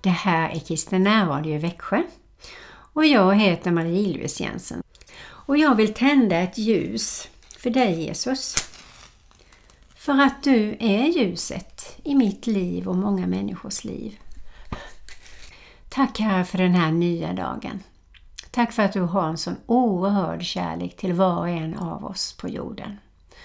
Det här är Kristen närradio i Växjö och jag heter Marie-Louise Jensen. Och jag vill tända ett ljus för dig, Jesus. För att du är ljuset i mitt liv och många människors liv. Tack Herre för den här nya dagen. Tack för att du har en sån oerhörd kärlek till var och en av oss på jorden.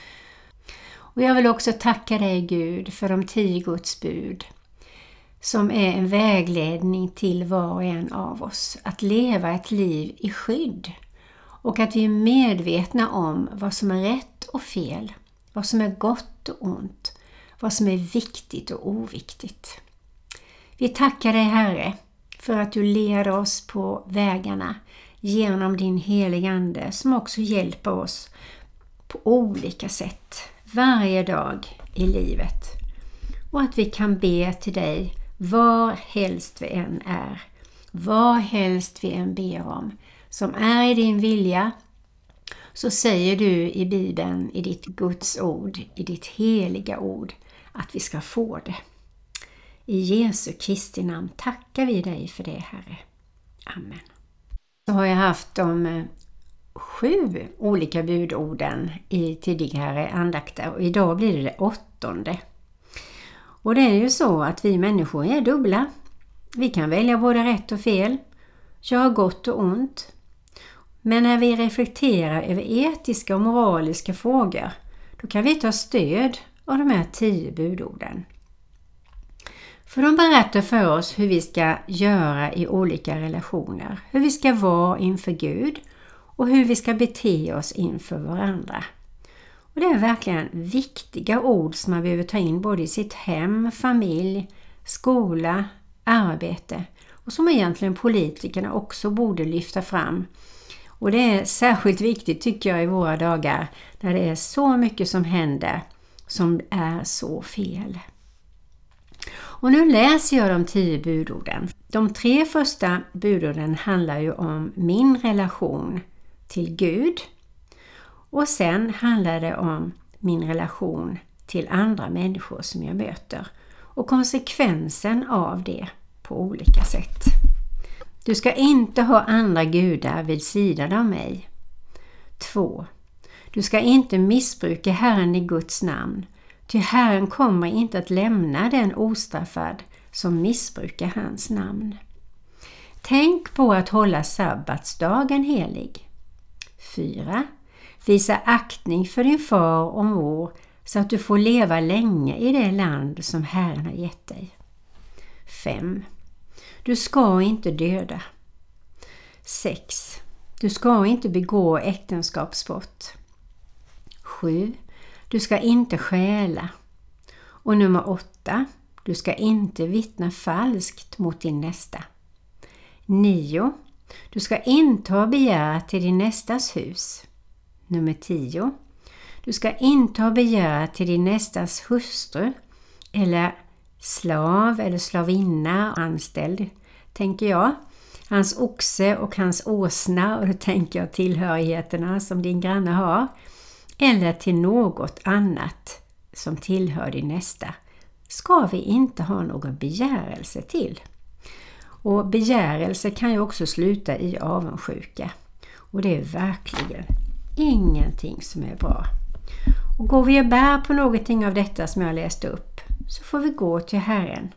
Och jag vill också tacka dig Gud för de 10 Guds bud som är en vägledning till var och en av oss. Att leva ett liv i skydd och att vi är medvetna om vad som är rätt och fel, vad som är gott och ont, vad som är viktigt och oviktigt. Vi tackar dig Herre för att du leder oss på vägarna genom din heliga Ande som också hjälper oss på olika sätt varje dag i livet. Och att vi kan be till dig var helst vi än är, vad helst vi än ber om, som är i din vilja, så säger du i Bibeln, i ditt Guds ord, i ditt heliga ord, att vi ska få det. I Jesu Kristi namn tackar vi dig för det, Herre. Amen. Så har jag haft de 7 olika budorden i tidigare andakter och idag blir det 8:e. Och det är ju så att vi människor är dubbla. Vi kan välja både rätt och fel, göra gott och ont. Men när vi reflekterar över etiska och moraliska frågor, då kan vi ta stöd av de här 10 budorden. För de berättar för oss hur vi ska göra i olika relationer, hur vi ska vara inför Gud och hur vi ska bete oss inför varandra. Och det är verkligen viktiga ord som man behöver ta in både i sitt hem, familj, skola, arbete och som egentligen politikerna också borde lyfta fram. Och det är särskilt viktigt tycker jag i våra dagar när det är så mycket som händer som är så fel. Och nu läser jag de 10 budorden. De 3 första budorden handlar ju om min relation till Gud. Och sen handlar det om min relation till andra människor som jag möter. Och konsekvensen av det på olika sätt. Du ska inte ha andra gudar vid sidan av mig. 2. Du ska inte missbruka Herren i Guds namn. Ty Herren kommer inte att lämna den ostraffad som missbrukar hans namn. Tänk på att hålla sabbatsdagen helig. 4. Visa aktning för din far och mor så att du får leva länge i det land som Herren har gett dig. 5. Du ska inte döda. 6. Du ska inte begå äktenskapsbrott. 7. Du ska inte stjäla. Och nummer 8. Du ska inte vittna falskt mot din nästa. 9. Du ska inte ha begär till din nästas hus. Nummer 10. Du ska inte ha begär till din nästas hustru eller slav eller slavinna anställd, tänker jag. Hans oxe och hans åsna, och då tänker jag tillhörigheterna som din granne har. Eller till något annat som tillhör din nästa. Ska vi inte ha någon begärelse till. Och begärelse kan ju också sluta i avundsjuka. Och det är verkligen ingenting som är bra. Och går vi och bär på någonting av detta som jag läst upp, så får vi gå till Herren.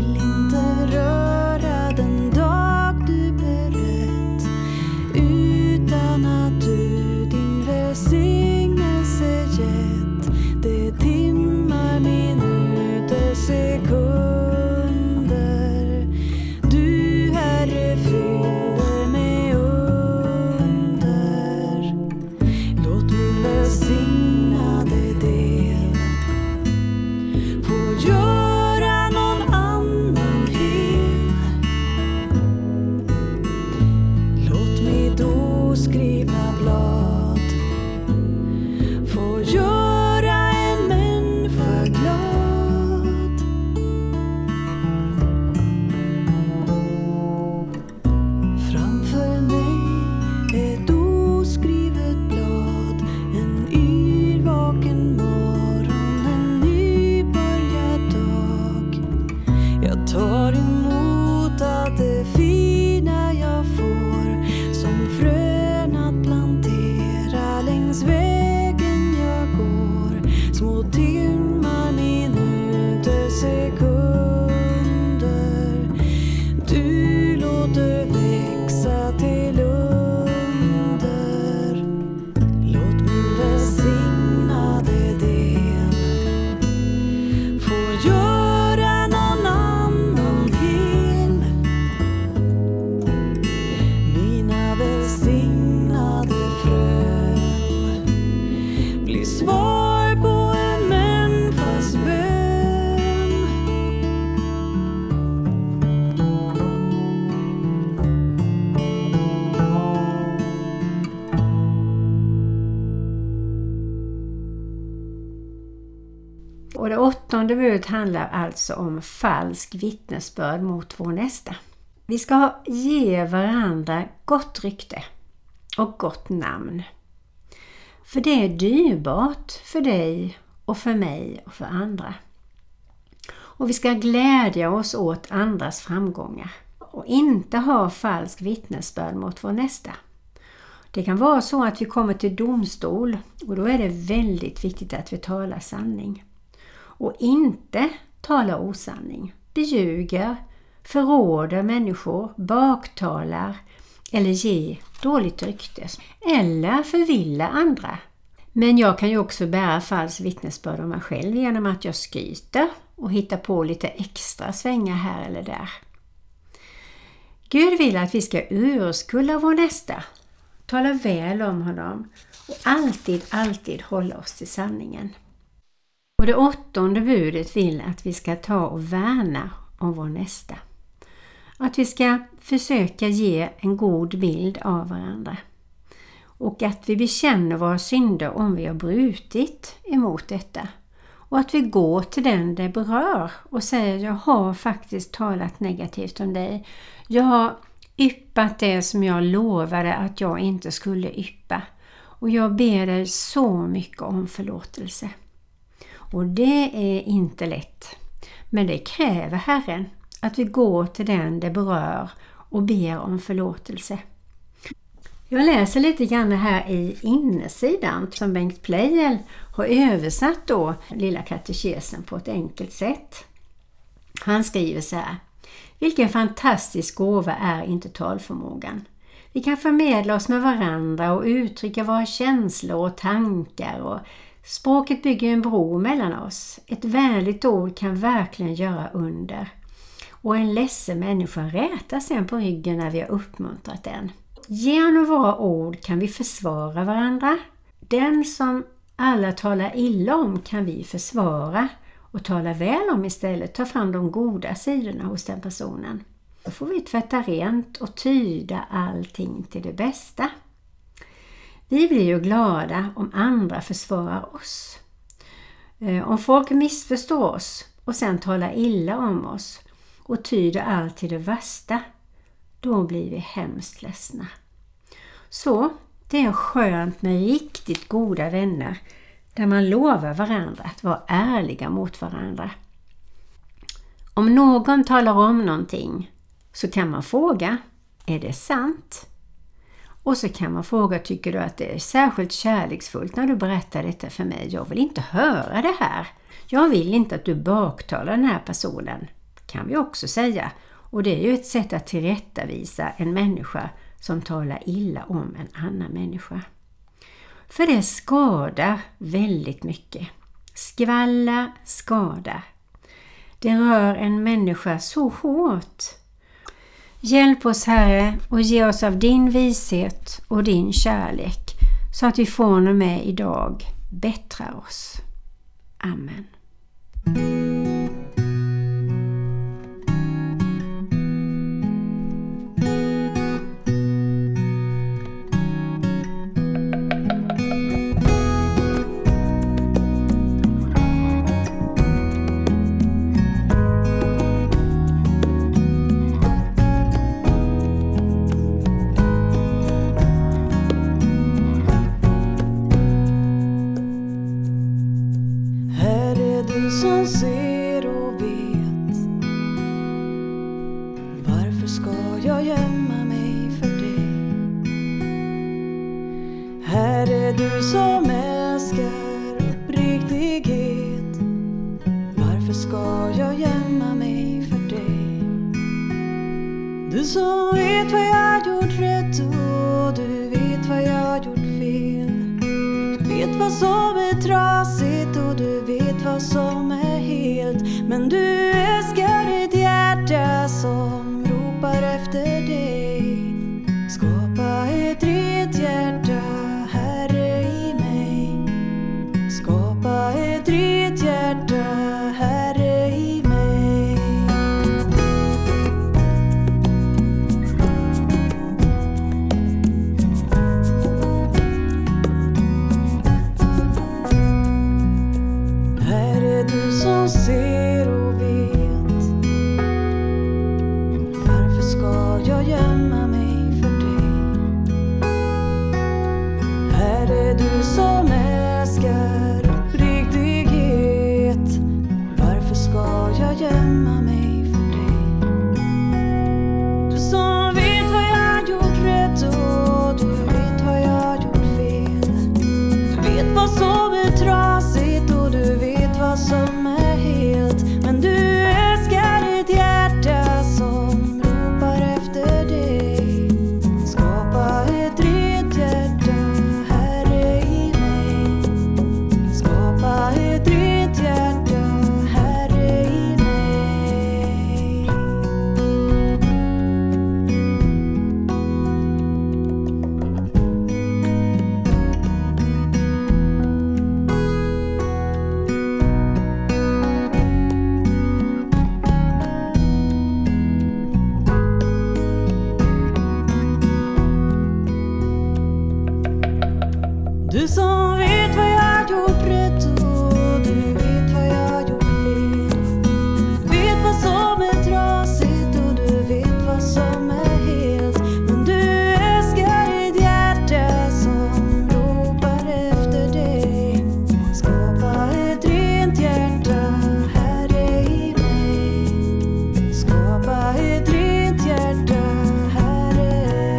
Vill inte röra den dag du berett 8:e budet handlar alltså om falsk vittnesbörd mot vår nästa. Vi ska ge varandra gott rykte och gott namn. För det är dyrbart för dig och för mig och för andra. Och vi ska glädja oss åt andras framgångar och inte ha falsk vittnesbörd mot vår nästa. Det kan vara så att vi kommer till domstol och då är det väldigt viktigt att vi talar sanning. Och inte talar osanning, beljuger, förråder människor, baktalar eller ger dåligt rykte eller förvillar andra. Men jag kan ju också bära falsk vittnesbörd om mig själv genom att jag skryter och hittar på lite extra svängar här eller där. Gud vill att vi ska urskulla vår nästa, tala väl om honom och alltid hålla oss till sanningen. Och det 8:e budet vill att vi ska ta och värna om vår nästa. Att vi ska försöka ge en god bild av varandra. Och att vi bekänner våra synder om vi har brutit emot detta. Och att vi går till den det berör och säger: jag har faktiskt talat negativt om dig. Jag har yppat det som jag lovade att jag inte skulle yppa. Och jag ber dig så mycket om förlåtelse. Och det är inte lätt. Men det kräver Herren att vi går till den det berör och ber om förlåtelse. Jag läser lite grann här i insidan som Bengt Pleijel har översatt då lilla katekesen på ett enkelt sätt. Han skriver så här: vilken fantastisk gåva är inte talförmågan. Vi kan förmedla oss med varandra och uttrycka våra känslor och tankar, och språket bygger en bro mellan oss. Ett vänligt ord kan verkligen göra under. Och en ledsen människa rätar sen på ryggen när vi har uppmuntrat den. Genom våra ord kan vi försvara varandra. Den som alla talar illa om kan vi försvara och tala väl om istället. Ta fram de goda sidorna hos den personen. Då får vi tvätta rent och tyda allting till det bästa. Vi blir ju glada om andra försvarar oss. Om folk missförstår oss och sen talar illa om oss och tyder allt till det värsta, då blir vi hemskt ledsna. Så det är skönt med riktigt goda vänner där man lovar varandra att vara ärliga mot varandra. Om någon talar om någonting så kan man fråga: är det sant? Och så kan man fråga: tycker du att det är särskilt kärleksfullt när du berättar detta för mig? Jag vill inte höra det här. Jag vill inte att du baktalar den här personen, kan vi också säga. Och det är ju ett sätt att tillrättavisa en människa som talar illa om en annan människa. För det skadar väldigt mycket. Skvalla skadar. Det rör en människa så hårt. Hjälp oss, Herre, och ge oss av din vishet och din kärlek så att vi från och med idag bättrar oss. Amen. Som ser och vet, varför ska jag gömma mig för dig? Här är du som älskar uppriktighet, varför ska jag gömma mig för dig? Du som vet vad jag gjort rätt och du vet vad jag gjort fel. Du vet vad som är trasigt och du vet vad som är helt. Men du älskar ditt hjärta som ropar efter dig. Skapa ett rent hjärta, Herre, i mig. Skapa ett rent hjärta, Herre, i mig. Här är du som Du som vet vad jag gjort rätt och du vet vad jag gjort fel. Vet vad som är trasigt och du vet vad som är helt. Men du älskar ett hjärta som ropar efter dig. Skapa ett rent hjärta, Herre, i mig. Skapa ett rent hjärta, Herre.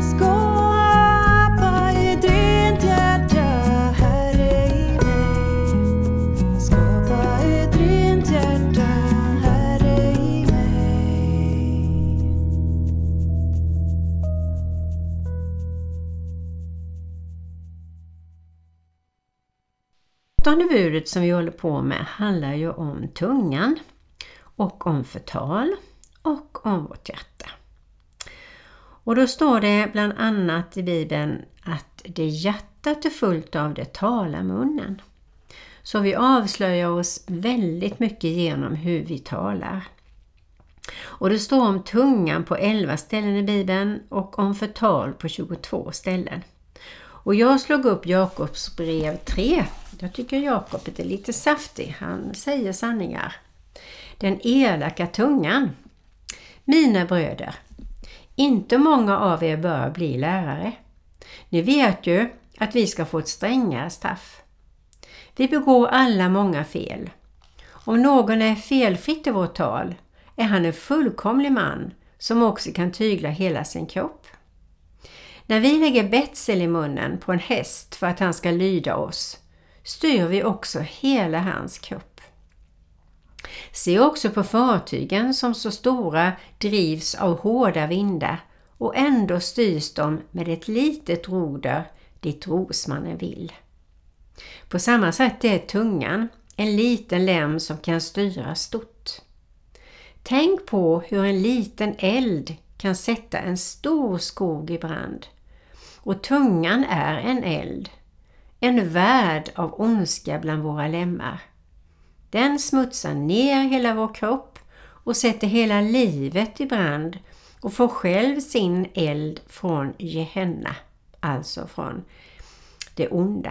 Skapa ett rent hjärta, Herre, i mig. Skapa ett rent hjärta, Herre, i mig. 8:e budet som vi håller på med handlar ju om tungan och om förtal och om vårt hjärta. Och då står det bland annat i Bibeln att det hjärtat är fullt av, det talar munnen. Så vi avslöjar oss väldigt mycket genom hur vi talar. Och det står om tungan på 11 ställen i Bibeln och om förtal på 22 ställen. Och jag slog upp Jakobs brev 3. Jag tycker Jakob är lite saftig. Han säger sanningar. Den elaka tungan. Mina bröder, inte många av er bör bli lärare. Ni vet ju att vi ska få ett strängare straff. Vi begår alla många fel. Om någon är felfritt i vårt tal är han en fullkomlig man som också kan tygla hela sin kropp. När vi lägger betsel i munnen på en häst för att han ska lyda oss, styr vi också hela hans kropp. Se också på fartygen som så stora drivs av hårda vindar och ändå styrs de med ett litet roder dit rosmannen vill. På samma sätt är tungan en liten lem som kan styra stort. Tänk på hur en liten eld kan sätta en stor skog i brand. Och tungan är en eld, en värld av ondska bland våra lemmar. Den smutsar ner hela vår kropp och sätter hela livet i brand och får själv sin eld från Gehenna, alltså från det onda.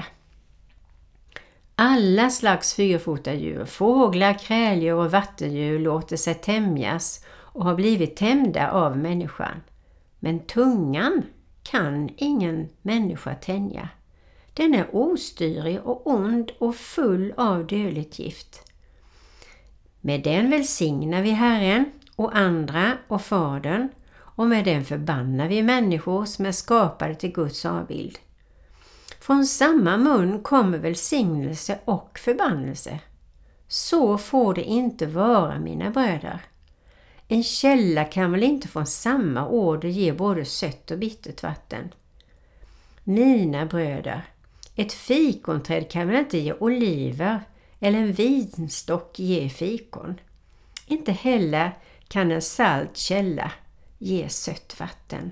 Alla slags fyrfotadjur, fåglar, kräldjur och vattendjur låter sig tämjas och har blivit tämjda av människan. Men tungan kan ingen människa tänja. Den är ostyrig och ond och full av dödligt gift. Med den välsignar vi Herren och andra och Fadern, och med den förbannar vi människor som är skapade till Guds avbild. Från samma mun kommer välsignelse och förbannelse. Så får det inte vara, mina bröder. En källa kan väl inte från samma order ge både sött och bittert vatten. Mina bröder, ett fikonträd kan väl inte ge oliver eller en vinstock ge fikon. Inte heller kan en salt källa ge sött vatten.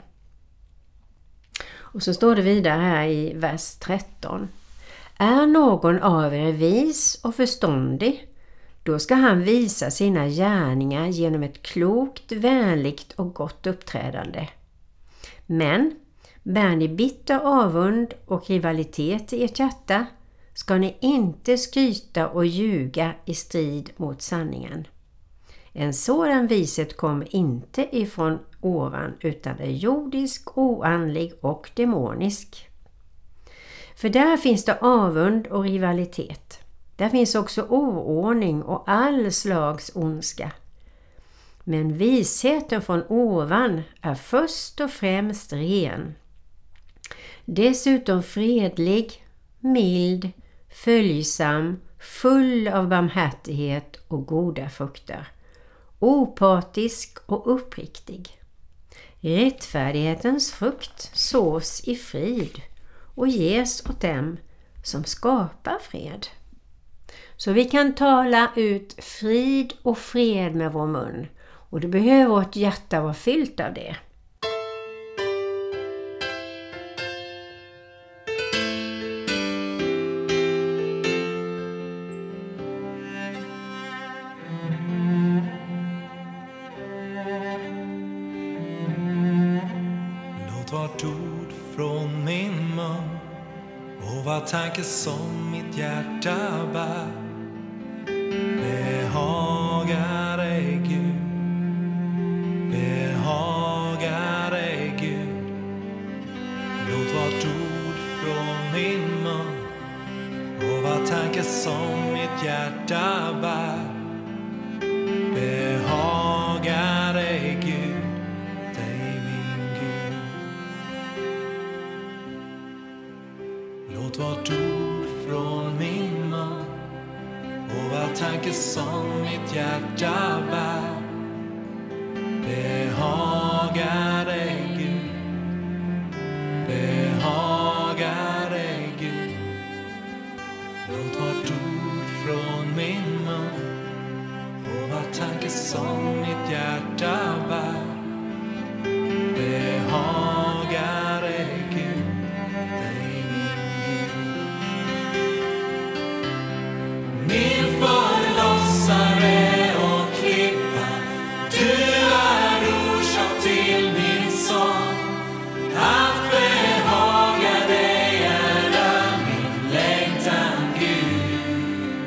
Och så står det vidare här i vers 13. Är någon av er vis och förståndig, då ska han visa sina gärningar genom ett klokt, vänligt och gott uppträdande. Men bär ni bitter avund och rivalitet i ert hjärta, ska ni inte skryta och ljuga i strid mot sanningen. En sådan vishet kommer inte ifrån ovan utan är jordisk, oandlig och demonisk. För där finns det avund och rivalitet. Där finns också oordning och all slags ondska. Men visheten från ovan är först och främst ren. Dessutom fredlig, mild, följsam, full av barmhärtighet och goda frukter. Opartisk och uppriktig. Rättfärdighetens frukt sås i frid och ges åt dem som skapar fred. Så vi kan tala ut frid och fred med vår mun, och det behöver vårt hjärta vara fyllt av det. Låt vart ord från min mun och vad tankar som mitt hjärta bär behagar dig Gud, behagar dig Gud. Låt vart ord från min mun och vad tankar som mitt hjärta bär behagar dig Gud, dig min Gud. Låt vart ord från min mun och vad tankar som mitt hjärta bär behagar dig Gud, behagar dig Gud. Låt vart ord från min mun och vad tankar som mitt hjärta bär behagar dig Gud, dig min Gud. Min förlossare och klippa, du är orsak till min sång. Att behaga dig är min längtan Gud.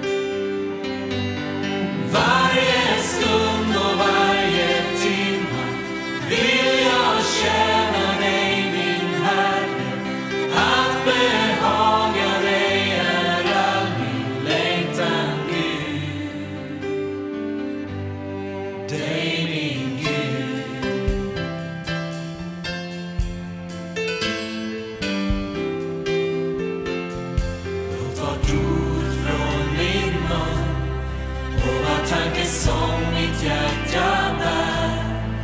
Varje stund och varje timma vill jag tjäna dig min Herre. Att behaga dig är all min längtan Gud, dig min Gud. Låt vart ord från min mun och vad tankar som mitt hjärta bär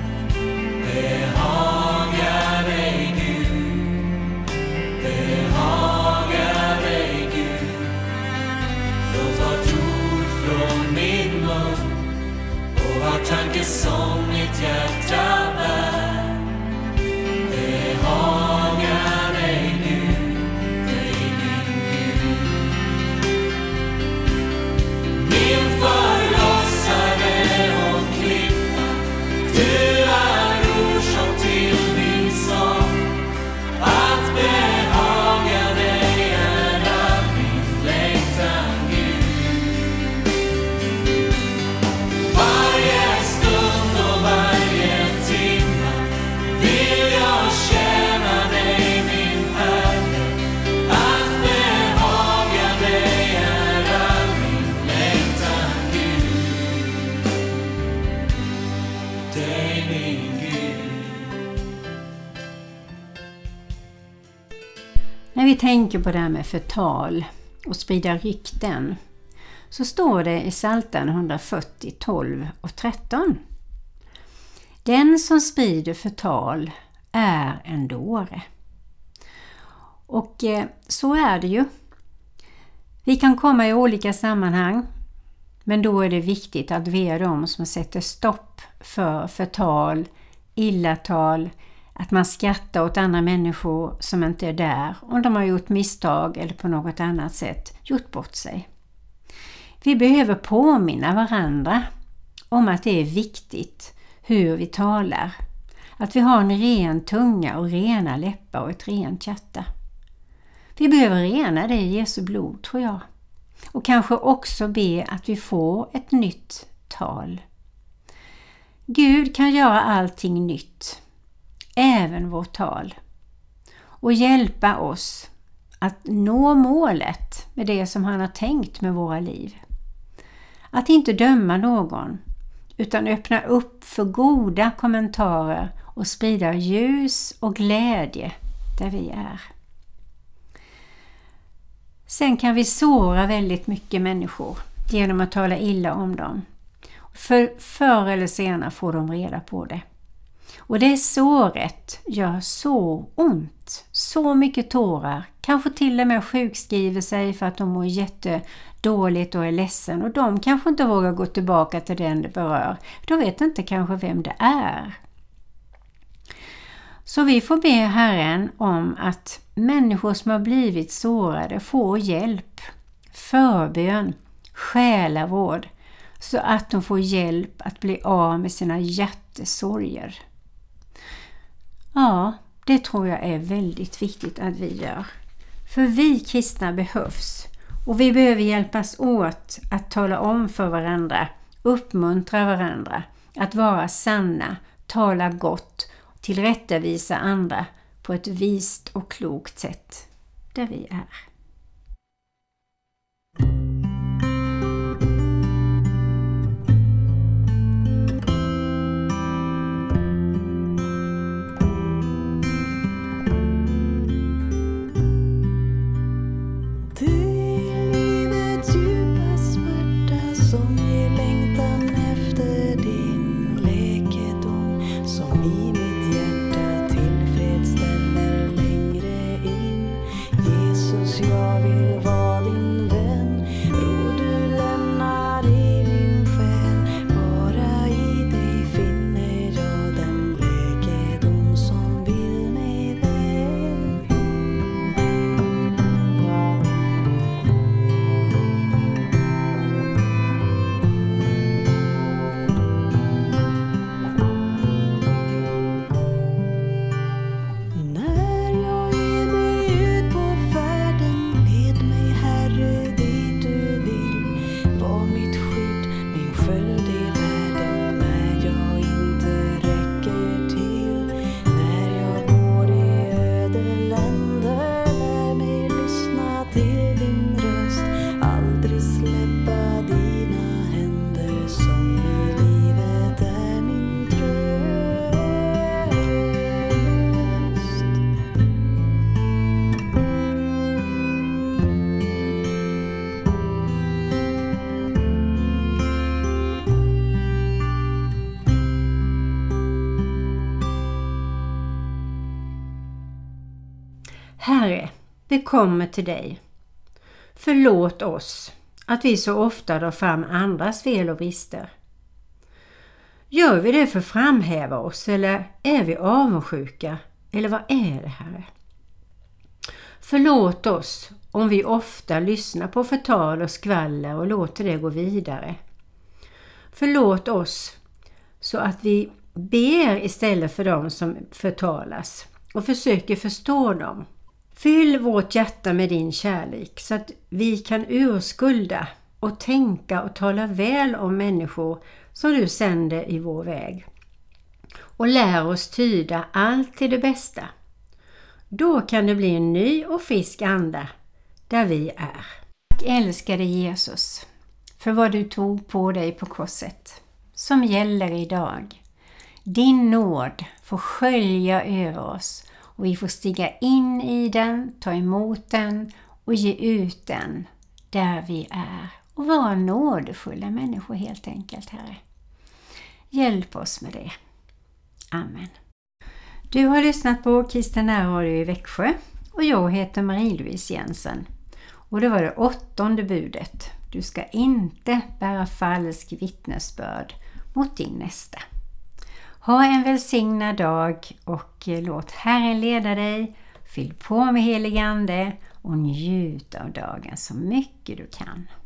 behagar dig Gud, behagar dig Gud. Låt vart ord från min mun och vad tankar som mitt hjärta bär behagar dig Gud, dig min Gud. Min förlossare och klippa, du är orsak till min sång. Att behaga dig är all min längtan Gud. Varje stund och varje timma vill jag tjäna dig min Herre. Att behaga dig är all min längtan Gud, dig min Gud. När vi tänker på det här med förtal och sprida rykten så står det i Psaltaren 140, 12 och 13. Den som sprider förtal är en dåre. Och så är det ju. Vi kan komma i olika sammanhang, men då är det viktigt att vi är de som sätter stopp för förtal, illatal, att man skrattar åt andra människor som inte är där om de har gjort misstag eller på något annat sätt gjort bort sig. Vi behöver påminna varandra om att det är viktigt hur vi talar, att vi har en ren tunga och rena läppar och ett rent hjärta. Vi behöver rena det i Jesu blod, tror jag. Och kanske också be att vi får ett nytt tal. Gud kan göra allting nytt, även vårt tal, och hjälpa oss att nå målet med det som han har tänkt med våra liv. Att inte döma någon, utan öppna upp för goda kommentarer och sprida ljus och glädje där vi är. Sen kan vi såra väldigt mycket människor genom att tala illa om dem. Förr eller senare får de reda på det. Och det såret gör så ont, så mycket tårar. Kanske till och med sjukskriver sig för att de mår jättedåligt och är ledsen. Och de kanske inte vågar gå tillbaka till den det berör. De vet inte kanske vem det är. Så vi får be Herren om att människor som har blivit sårade får hjälp, förbön, själavård, så att de får hjälp att bli av med sina hjärtesorger. Ja, det tror jag är väldigt viktigt att vi gör. För vi kristna behövs och vi behöver hjälpas åt att tala om för varandra, uppmuntra varandra, att vara sanna, tala gott, tillrättavisa andra på ett vist och klokt sätt där vi är. Herre, vi kommer till dig. Förlåt oss att vi så ofta drar fram andras fel och brister. Gör vi det för att framhäva oss eller är vi avundsjuka eller vad är det, Herre? Förlåt oss om vi ofta lyssnar på förtal och skvaller och låter det gå vidare. Förlåt oss så att vi ber istället för dem som förtalas och försöker förstå dem. Fyll vårt hjärta med din kärlek så att vi kan urskulda och tänka och tala väl om människor som du sänder i vår väg. Och lär oss tyda allt till det bästa. Då kan det bli en ny och frisk anda där vi är. Tack älskade Jesus för vad du tog på dig på korset som gäller idag. Din nåd får skölja över oss och vi får stiga in i den, ta emot den och ge ut den där vi är. Och vara nådefulla människor helt enkelt, Herre. Hjälp oss med det. Amen. Du har lyssnat på Kristen närradio i Växjö och jag heter Marie-Louise Jensen. Och det var det 8:e budet. Du ska inte bära falsk vittnesbörd mot din nästa. Ha en välsignad dag och låt Herren leda dig. Fyll på med helig ande och njut av dagen så mycket du kan.